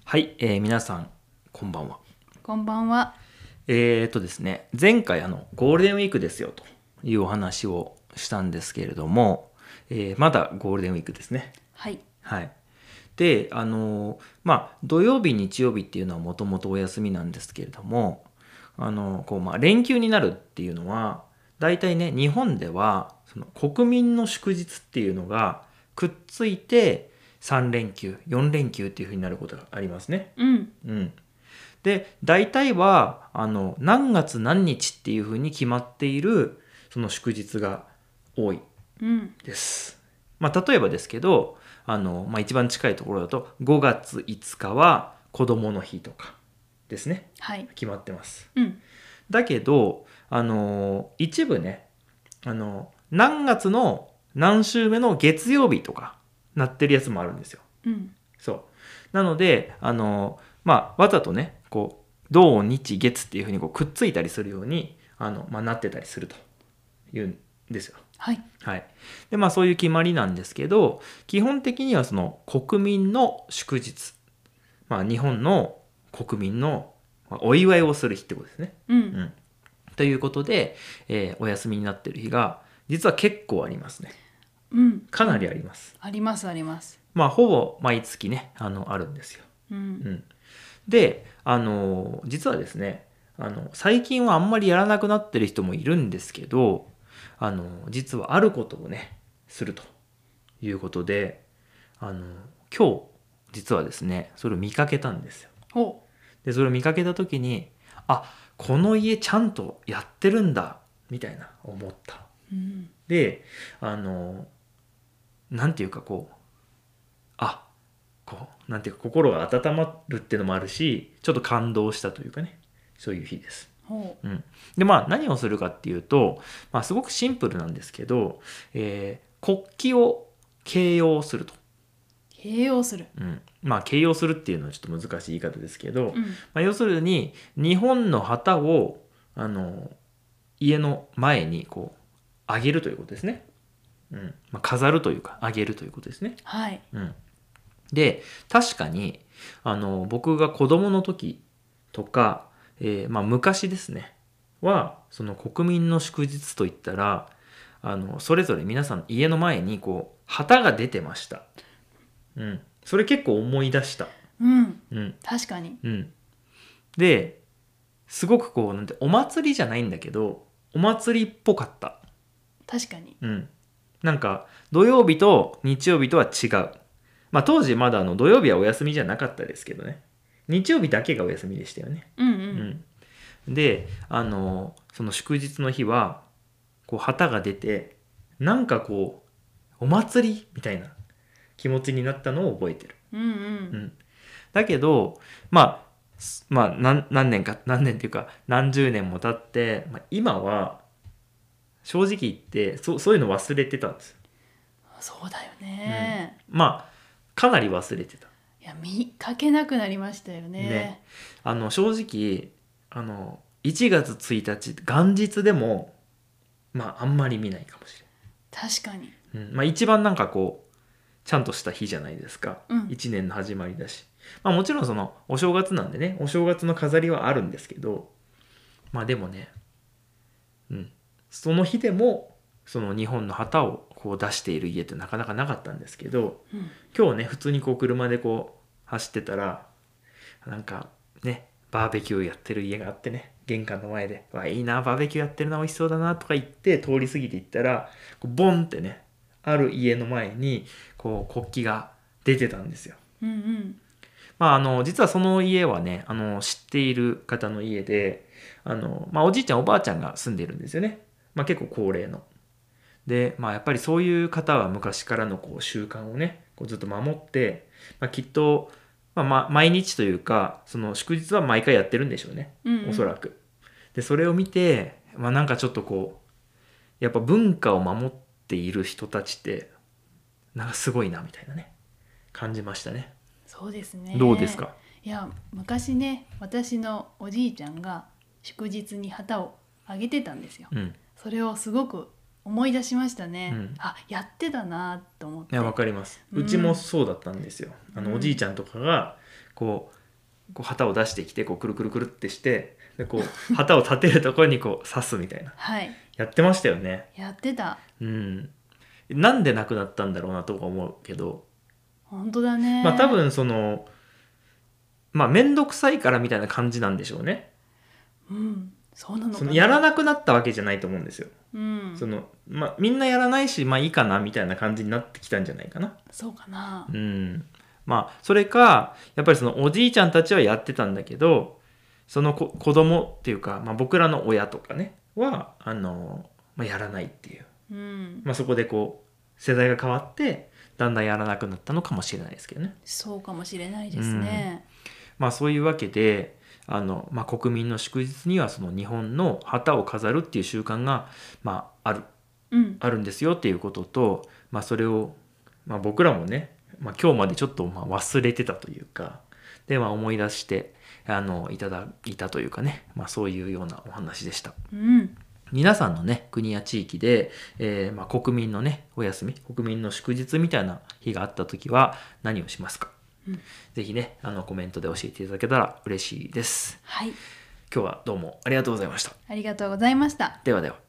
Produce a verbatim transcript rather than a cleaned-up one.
はい、えー皆さんこんばんは。 こんばんは。 えーとですね、前回あのゴールデンウィークですよというお話をしたんですけれども、えーまだゴールデンウィークですね。 はい。 はい。で、あのーまあ土曜日、日曜日っていうのはもともとお休みなんですけれども、あのーこうまあ連休になるっていうのは、大体ね、日本ではその国民の祝日っていうのがくっついてさん連休、よん連休っていう風になることがありますね。 うん。 うん。で、大体は、あの、何月何日っていうふうに決まっている、その祝日が多いうん。 です。まあ、例えばですけど、あの、まあ、一番近いところだと、ごがついつかは子供の日とかですね。 はい。 決まってます。 うん。 だけど、あの、一部ね、あの、何月の何週目の月曜日とかなってるやつもあるんですよ。 うん。 そう。なので、あの、まあ、わざとね、こう、土日月っていうふうにこうくっついたりするように、あの、まあ、なってたりするというんですよ。 はい。 はい。で、まあ、そういう決まりなんですけど、基本的にはその国民の祝日、まあ、日本の国民のまあお祝いをする日ってことですね。 う。 うんん。ということで、えーお休みになってる日が、実は結構ありますね。 うん。 かなりあります。 ありますあります。 まあ、ほぼ毎月ね、あの、あるんですよ。 う。 うんん。で、あの、実はですね、あの、最近はあんまりやらなくなってる人もいるんですけど、あの、実はあることをね、するということで、あの、今日、実はですね、それを見かけたんですよ。 ほで、それを見かけた時に、あ、この家ちゃんとやってるんだ、みたいな思った。 う。うん。 で、あの、なんていうかこう、あ、こう、なんていうか心が温まるっていうのもあるし、ちょっと感動したというかね、そういう日です。 ほうん。で、まあ何をするかっていうと、まあすごくシンプルなんですけど、えー国旗を掲揚すると。 う。形容する。 うん。まあ掲揚するっていうのはちょっと難しい言い方ですけど、 うん。 まあ、要するに日本の旗を、あの、家の前にこう、上げるということですね。うん。まあ、飾るというか、上げるということですね。 はい。 うん。で、確かに、あの、僕が子供の時とか、えーまあ昔ですね、は、その国民の祝日といったら、あの、それぞれ皆さん家の前にこう、旗が出てました。うん。それ結構思い出した。 うん。 うん。 確かに。 うん。で、すごくこう、なんて、お祭りじゃないんだけど、お祭りっぽかった。 確かに。 うん。なんか、土曜日と日曜日とは違う。まあ当時まだあの土曜日はお休みじゃなかったですけどね。日曜日だけがお休みでしたよね。 うんう。 うんん。で、あの、その祝日の日は、こう旗が出て、なんかこう、お祭りみたいな気持ちになったのを覚えてる。 うんうん。 うん。だけど、まあ、すまあ何、何年か、何年っていうか、何十年も経って、まあ、今は、正直言って、そ、そういうの忘れてたんですよ。 そうだようん。 ね。 まあ、かなり忘れてた。 いや、見かけなくなりましたよね。 ね。 あの、正直、あの、いちがつついたち、元日でも、まあ、あんまり見ないかもし確かに。 れない。うん。まあ、一番なんかこう、ちゃんとした日じゃないですか。 うん。 一年の始まりだし。まあ、もちろんその、お正月なんでね、お正月の飾りはあるんですけど、まあでもね、うん。その日でも、その日本の旗をこう出している家ってなかなかなかったんですけど、 うん。 今日ね、普通にこう車でこう走ってたら、なんかね、バーベキューやってる家があってね、玄関の前で、わ、いいな、バーベキューやってるな、美味しそうだな、とか言って通り過ぎていったら、こうボンってね、ある家の前に、こう国旗が出てたんですよ。 うんうん。 まあ、あの、実はその家はね、あの、知っている方の家で、あの、まあ、おじいちゃん、おばあちゃんが住んでいるんですよね。まあ、結構高齢の。で、まあ、やっぱりそういう方は昔からのこう習慣をね、こうずっと守って、まあ、きっと、まあ、まあ、毎日というか、その祝日は毎回やってるんでしょうね。 うんうん。 おそらく。で、それを見て、まあ、なんかちょっとこう、やっぱ文化を守っている人たちって、なんかすごいな、みたいなね、感じましたね。 そうですね。 どうですか？ いや、昔ね、私のおじいちゃんが祝日に旗をあげてたんですよ。 うん。 それをすごく思い出しましたね。 うんあ、やってたなと思って。 いや、わかります。 うんうちもそうだったんですよ。あの、おじいちゃんとかが、こう、 こう旗を出してきてこうくるくるくるってしてでこう旗を立てるところにこう刺すみたいなはいやってましたよね。 やってた。 うんなんでなくなったんだろうなとか思うけど、 本当だね。 まあ多分そのまあ面倒くさいからみたいな感じなんでしょうね。 うんそうなのかな。 そのやらなくなったわけじゃないと思うんですよ。 うんそのまあみんなやらないしまあいいかなみたいな感じになってきたんじゃないかな。 そうかな。 うんまあそれかやっぱりそのおじいちゃんたちはやってたんだけどその子子供っていうか、まあ、僕らの親とかねはあの、まあ、やらないっていう、 うんまあ、そこでこう世代が変わってだんだんやらなくなったのかもしれないですけどね。 そうかもしれないですね。 まあそういうわけであの、まあ、国民の祝日にはその日本の旗を飾るっていう習慣が、まあ、あるうんあるんですよっていうことと、まあ、それを、まあ、僕らもね、まあ、今日までちょっとまあ忘れてたというかで、まあ、思い出してあのいただいたというかね、まあ、そういうようなお話でした。 うん皆さんのね国や地域で、えーまあ、国民のねお休み国民の祝日みたいな日があった時は何をしますか、 うん、 ぜひねあのコメントで教えていただけたら嬉しいです。 はい今日はどうもありがとうございました。 ありがとうございました。 ではでは。